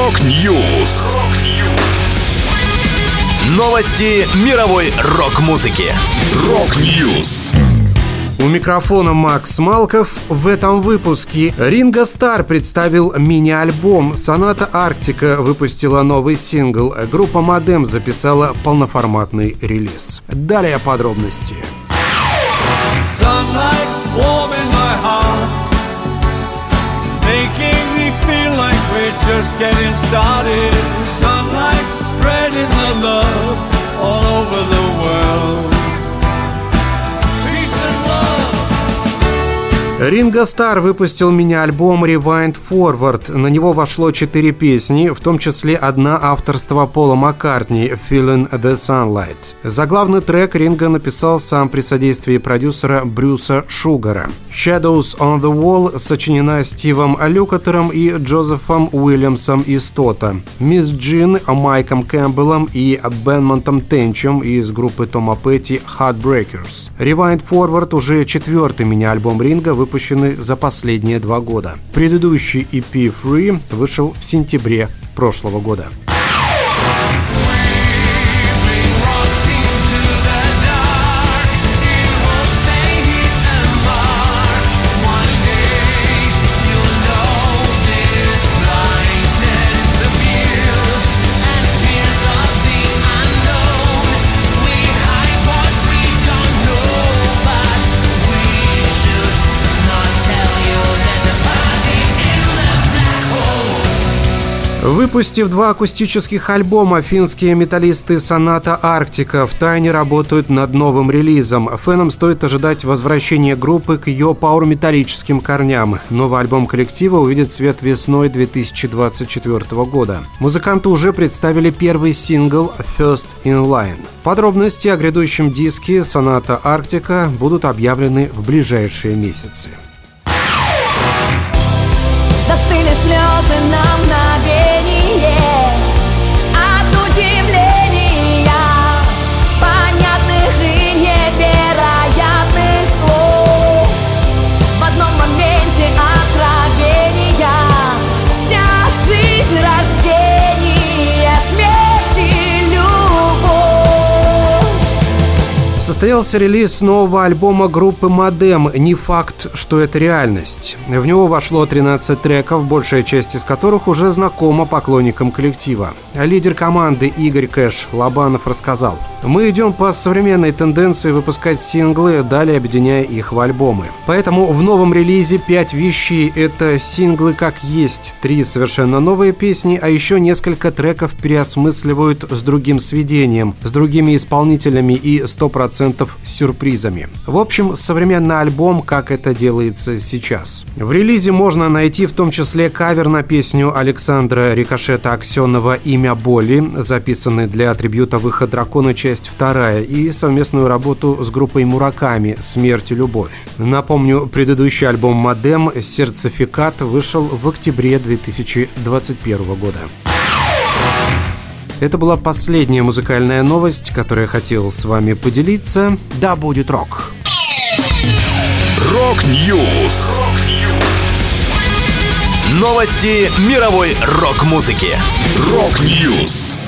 Рок-Ньюс. Новости мировой рок-музыки. Рок-Ньюс. У микрофона Макс Малков. В этом выпуске Ринго Старр представил мини-альбом, Соната Арктика выпустила новый сингл, группа Модем записала полноформатный релиз. Далее подробности. Ринго Старр выпустил мини-альбом Rewind Forward. На него вошло 4 песни, в том числе одна авторства Пола Маккартни «Feeling the Sunlight». Заглавный трек Ринго написал сам при содействии продюсера Брюса Шугара. «Shadows on the Wall» сочинена Стивом Лукатером и Джозефом Уильямсом из Тота, «Мисс Джин» Майком Кэмпбеллом и Бенмонтом Тенчем из группы Тома Петти «Heartbreakers». Rewind Forward уже 4-й мини-альбом Ринго, выпущенный за последние 2 года. Предыдущий EP «Free» вышел в сентябре прошлого года. Выпустив 2 акустических альбома, финские металлисты Соната Арктика втайне работают над новым релизом. Фэнам стоит ожидать возвращения группы к ее пауэр-металлическим корням. Новый альбом коллектива увидит свет весной 2024 года. Музыканты уже представили первый сингл «First in Line». Подробности о грядущем диске Соната Арктика будут объявлены в ближайшие месяцы. Застыли слезы на мгновение от удивления, понятных и невероятных слов. В одном моменте откровения вся жизнь, рождение, смерть и любовь. Состоялся релиз нового альбома группы Модем. Не факт, что это реальность. В него вошло 13 треков, большая часть из которых уже знакома поклонникам коллектива. Лидер команды Игорь Кэш Лобанов рассказал: «Мы идем по современной тенденции выпускать синглы, далее объединяя их в альбомы. Поэтому в новом релизе 5 вещей — это синглы как есть, 3 совершенно новые песни, а еще несколько треков переосмысливают с другим сведением, с другими исполнителями и 100% с сюрпризами. В общем, современный альбом, как это делается сейчас». В релизе можно найти в том числе кавер на песню Александра Рикошета Аксенова «Имя боли», записанный для трибьюта «Выход дракона», часть 2, и совместную работу с группой Мураками «Смерть и любовь». Напомню, предыдущий альбом «Модем» «Сердцификат» вышел в октябре 2021 года. Это была последняя музыкальная новость, которую я хотел с вами поделиться. Да будет рок! Рок-Ньюс. Новости мировой рок-музыки. Рок-Ньюс.